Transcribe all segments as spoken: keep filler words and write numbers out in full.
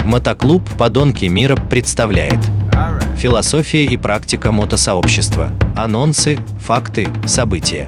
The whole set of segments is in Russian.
Мотоклуб «Подонки мира» представляет философия и практика мотосообщества. Анонсы, факты, события.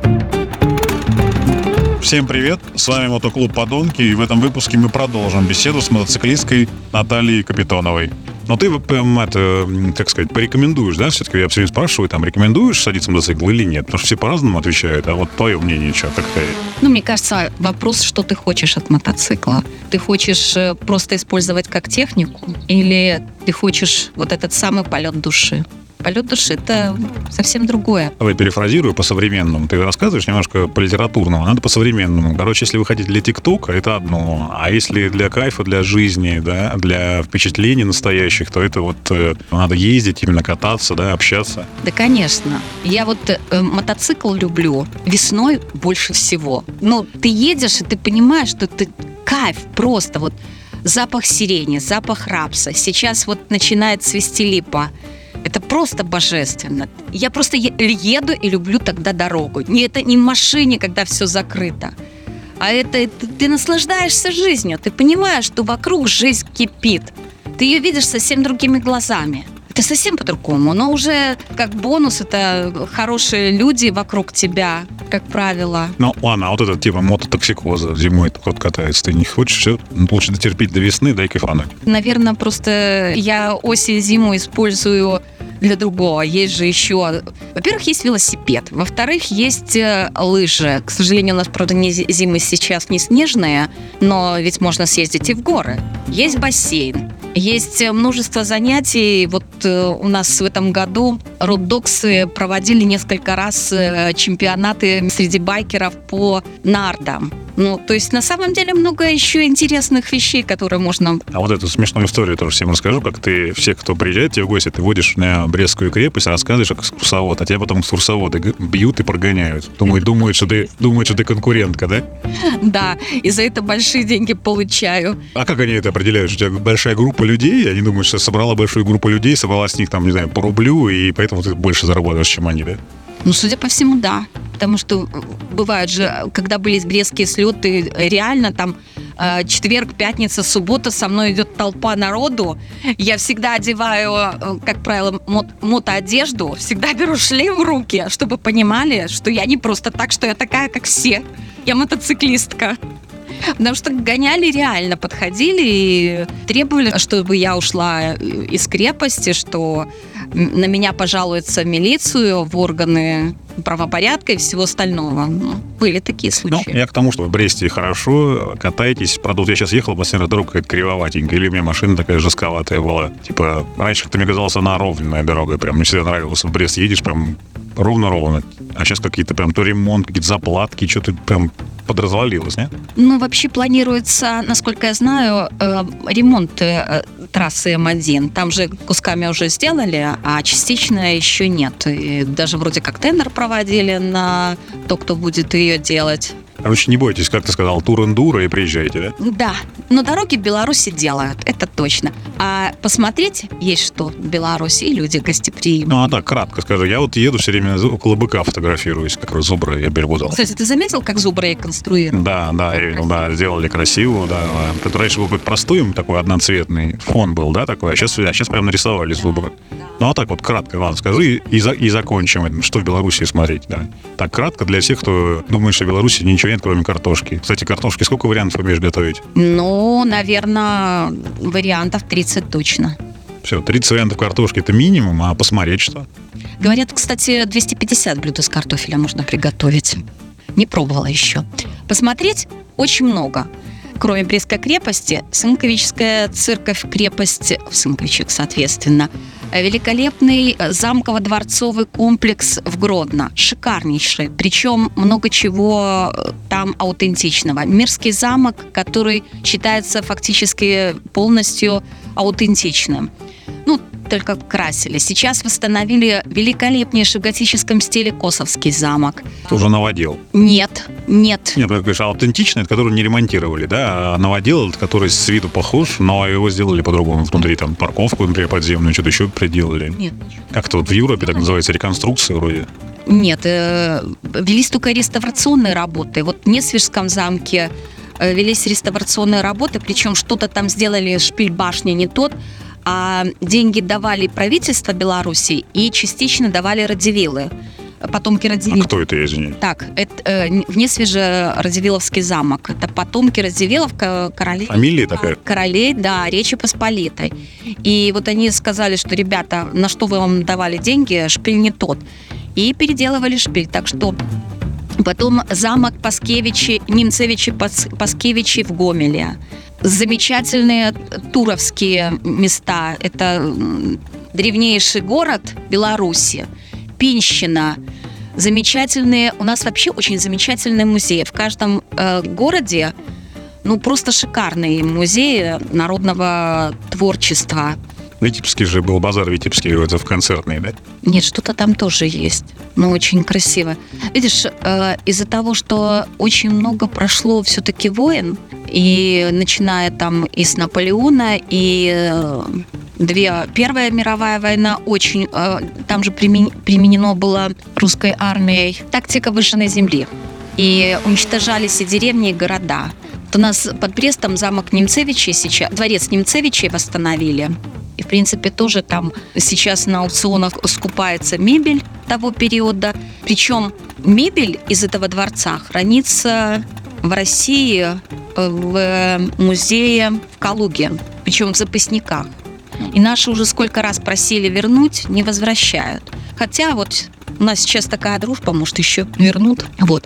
Всем привет, с вами Мотоклуб «Подонки», и в этом выпуске мы продолжим беседу с мотоциклисткой Натальей Капитоновой. Но ты, это, как сказать, порекомендуешь, да? Все-таки я все время спрашиваю, там, рекомендуешь садиться в мотоцикл или нет? Потому что все по-разному отвечают, а вот твое мнение что, как-то... Ну, мне кажется, вопрос, что ты хочешь от мотоцикла. Ты хочешь просто использовать как технику или ты хочешь вот этот самый полет души? Полет души – это совсем другое. Давай перефразирую по-современному. Ты рассказываешь немножко по-литературному, надо по-современному. Короче, если вы хотите для ТикТока, это одно. А если для кайфа, для жизни, да, для впечатлений настоящих, то это вот э, надо ездить, именно кататься, да, общаться. Да, конечно. Я вот э, мотоцикл люблю весной больше всего. Ну, ты едешь, и ты понимаешь, что ты кайф просто. Вот запах сирени, запах рапса. Сейчас вот начинает цвести липа. Это просто божественно. Я просто еду и люблю тогда дорогу. Не это не в машине, когда все закрыто. А это, это ты наслаждаешься жизнью. Ты понимаешь, что вокруг жизнь кипит. Ты ее видишь совсем другими глазами. Это совсем по-другому. Но уже как бонус это хорошие люди вокруг тебя, как правило. Ну ладно, а вот этот типа мототоксикоза зимой вот катается, ты не хочешь все? Лучше дотерпеть до весны, дай кайфануть. Наверное, просто я осень, зиму использую для другого. Есть же еще... Во-первых, есть велосипед. Во-вторых, есть лыжи. К сожалению, у нас, правда, не зимы сейчас не снежные, но ведь можно съездить и в горы. Есть бассейн. Есть множество занятий. Вот у нас в этом году Road проводили несколько раз чемпионаты среди байкеров по нардам. Ну, то есть, на самом деле, много еще интересных вещей, которые можно... А вот эту смешную историю тоже всем расскажу, как ты всех, кто приезжает тебе в гости, ты водишь на Брестскую крепость, рассказываешь как экскурсовод, а тебя потом экскурсоводы бьют и прогоняют. Думают, думают, что ты, думают, что ты конкурентка, да? Да, и за это большие деньги получаю. А как они это определяют? У тебя большая группа людей, они думают, что собрала большую группу людей, собрала с них, там, не знаю, по рублю, и поэтому ты больше зарабатываешь, чем они, да? Ну, судя по всему, да. Потому что бывают же, когда были брестские слеты, реально там э, четверг, пятница, суббота, со мной идет толпа народу. Я всегда одеваю, э, как правило, мот- мотоодежду, всегда беру шлем в руки, чтобы понимали, что я не просто так, что я такая, как все. Я мотоциклистка. Потому что гоняли реально, подходили и требовали, чтобы я ушла из крепости, что на меня пожалуются в милицию, в органы правопорядка и всего остального. Ну, были такие случаи. Ну, я к тому, что в Бресте хорошо, катайтесь. Правда, вот я сейчас ехал, последняя дорога какая-то кривоватенькая, или у меня машина такая жестковатая была. Типа, раньше как-то мне казалось, она ровная дорога, прям мне всегда нравилось. В Брест едешь прям ровно-ровно. А сейчас какие-то прям то ремонт, какие-то заплатки, что-то прям подразвалилось, не? Ну, вообще планируется, насколько я знаю, ремонт трассы эм один. Там же кусками уже сделали, а частично еще нет. И даже вроде как тендер проводили на то, кто будет ее делать. Короче, не бойтесь, как ты сказал, тур-эндуро и приезжайте, да? Да, но дороги в Беларуси делают, это точно. А посмотреть есть что в Беларуси, и люди гостеприимные. Ну, а так, кратко скажу, я вот еду все время около быка фотографируюсь, как раз зубры я перепутал. Кстати, ты заметил, как зубры конструировали? Да, да, я видел, да, сделали красиво, да. Это раньше был простой, такой одноцветный фон был, да, такой, а сейчас, а сейчас прям нарисовали зубры. Ну, а так вот, кратко, ладно, скажи и, за, и закончим этим, что в Беларуси смотреть, да. Так, кратко для всех, кто думает, что в Беларуси ничего нет, кроме картошки. Кстати, картошки сколько вариантов умеешь готовить? Ну, наверное, вариантов тридцать точно. Все, тридцать вариантов картошки – это минимум, а посмотреть что? Говорят, кстати, двести пятьдесят блюд из картофеля можно приготовить. Не пробовала еще. Посмотреть очень много. Кроме Брестской крепости, Сынковическая церковь-крепость, в Сынковичах, соответственно, великолепный замково-дворцовый комплекс в Гродно, шикарнейший, причем много чего там аутентичного. Мирский замок, который считается фактически полностью аутентичным. Ну, только красили. Сейчас восстановили великолепнейший в готическом стиле Косовский замок. Ты уже новодел? Нет, нет. Нет, как говоришь, аутентичный, это который не ремонтировали, да? А новодел, это который с виду похож, но его сделали по-другому. Внутри там парковку, например, подземную, что-то еще приделали. Нет. Как-то вот в Европе так называется реконструкция вроде. Нет, э, велись только реставрационные работы. Вот в Несвежском замке э, велись реставрационные работы, причем что-то там сделали, шпиль башни не тот, а деньги давали правительство Беларуси и частично давали радивилы, потомки А Радзивилла. кто это, извини? Так, это э, Внесвеже-Радзивилловский замок. Это потомки Радзивиллов, ко- королей. Фамилия такая? Королей, да, Речи Посполитой. И вот они сказали, что, ребята, на что вы вам давали деньги, шпиль не тот. И переделывали шпиль. Так что потом замок Паскевичи, Немцевичи, Пас- Паскевичи в Гомеле. Замечательные туровские места. Это м, древнейший город Беларуси. Пинщина. Замечательные, у нас вообще очень замечательные музеи. В каждом э, городе, ну, просто шикарные музеи народного творчества. Витебский же был базар Витебский, это в концертный, да? Нет, что-то там тоже есть, но очень красиво. Видишь, э, из-за того, что очень много прошло все-таки войн, и начиная там и с Наполеона, и э, две, Первая мировая война, очень, э, там же примен- применено было русской армией тактика выжженной земли. И уничтожались и деревни, и города. Вот у нас под Брестом замок Немцевичей сейчас, дворец Немцевичей восстановили. И, в принципе, тоже там сейчас на аукционах скупается мебель того периода. Причем мебель из этого дворца хранится в России в музее в Калуге, причем в запасниках. И наши уже сколько раз просили вернуть, не возвращают. Хотя вот у нас сейчас такая дружба, может, еще вернут. Вот.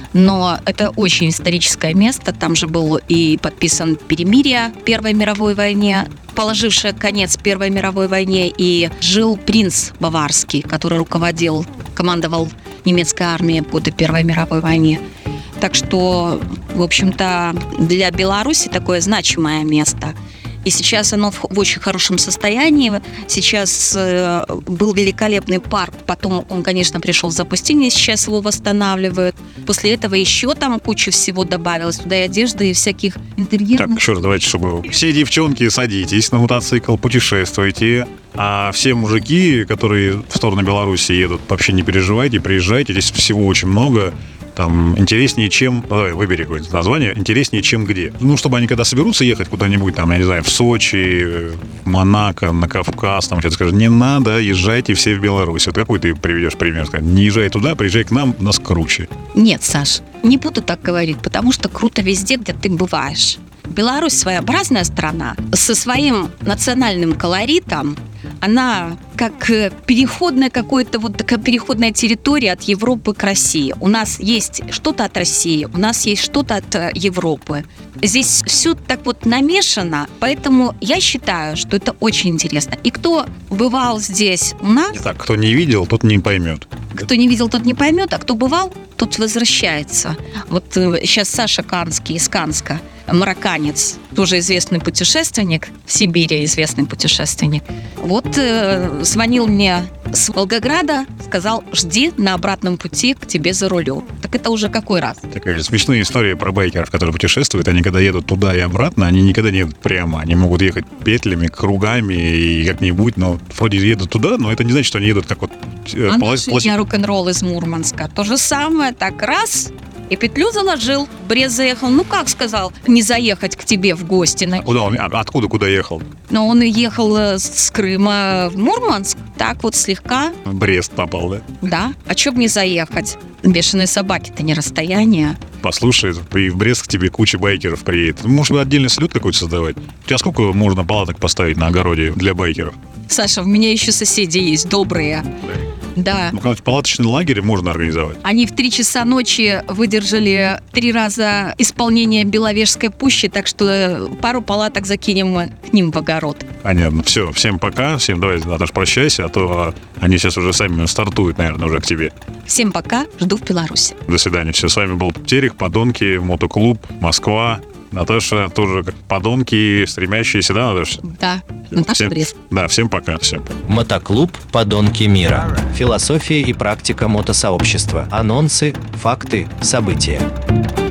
Но это очень историческое место. Там же был и подписан перемирие в Первой мировой войне, положившее конец Первой мировой войне, и жил принц Баварский, который руководил, командовал немецкой армией в годы Первой мировой войны. Так что, в общем-то, для Беларуси такое значимое место. И сейчас оно в, в очень хорошем состоянии. Сейчас э, был великолепный парк. Потом он, конечно, пришел в запустение. Сейчас его восстанавливают. После этого еще там куча всего добавилось. Туда и одежды, и всяких интерьерных. Так, еще раз, давайте, чтобы все девчонки садитесь на мотоцикл, путешествуйте. А все мужики, которые в сторону Беларуси едут, вообще не переживайте, приезжайте. Здесь всего очень много. Там интереснее, чем... Давай, выбери какое-нибудь название. Интереснее, чем где. Ну, чтобы они когда соберутся ехать куда-нибудь, там, я не знаю, в Сочи, в Монако, на Кавказ, там, что-то скажут, не надо, езжайте все в Беларусь. Вот какой ты приведешь пример? Не езжай туда, приезжай к нам, нас круче. Нет, Саш, не буду так говорить, потому что круто везде, где ты бываешь. Беларусь своеобразная страна со своим национальным колоритом. Она как переходная какое-то вот такая переходная территория от Европы к России. У нас есть что-то от России, у нас есть что-то от Европы. Здесь все так вот намешано, поэтому я считаю, что это очень интересно. И кто бывал здесь у нас, Так, кто не видел, тот не поймет. кто не видел, тот не поймет, а кто бывал, тот возвращается. Вот э, сейчас Саша Канский из Канска, марокканец, тоже известный путешественник, в Сибири известный путешественник. Вот э, звонил мне с Волгограда, сказал, жди на обратном пути к тебе за рулем. Так это уже какой раз? Такая смешная история про байкеров, которые путешествуют. Они когда едут туда и обратно, они никогда не едут прямо. Они могут ехать петлями, кругами и как-нибудь, но вроде едут туда, но это не значит, что они едут как вот... э, А полос- наш я рок-н-ролл из Мурманска. То же самое, так раз, и петлю заложил, в Брест заехал. Ну как сказал, не заехать к тебе в гости? На- Куда он? А, откуда, куда ехал? Но он ехал э, с Крыма в Мурманск, так вот слегка, В Брест попал, да? да. А чё б не заехать? Бешеные собаки-то не расстояние. Послушай, и в Брест к тебе куча байкеров приедет. Может быть, отдельный слет какой-то создавать? У тебя сколько можно палаток поставить на огороде для байкеров? Саша, у меня еще соседи есть добрые. Да. Ну, короче, палаточный лагерь можно организовать. Они в три часа ночи выдержали три раза исполнение Беловежской пущи, так что пару палаток закинем к ним в огород. Понятно. Все, всем пока. Всем давай, Наташ, прощайся, а то они сейчас уже сами стартуют, наверное, уже к тебе. Всем пока, жду в Беларуси. До свидания. Все, с вами был Терех, Подонки, Мотоклуб, Москва. Наташа тоже как подонки, стремящиеся, да, Наташа? Да, Наташа Всем- Брест. Да, всем пока. Всем. Мотоклуб «Подонки мира». Философия и практика мотосообщества. Анонсы, факты, события.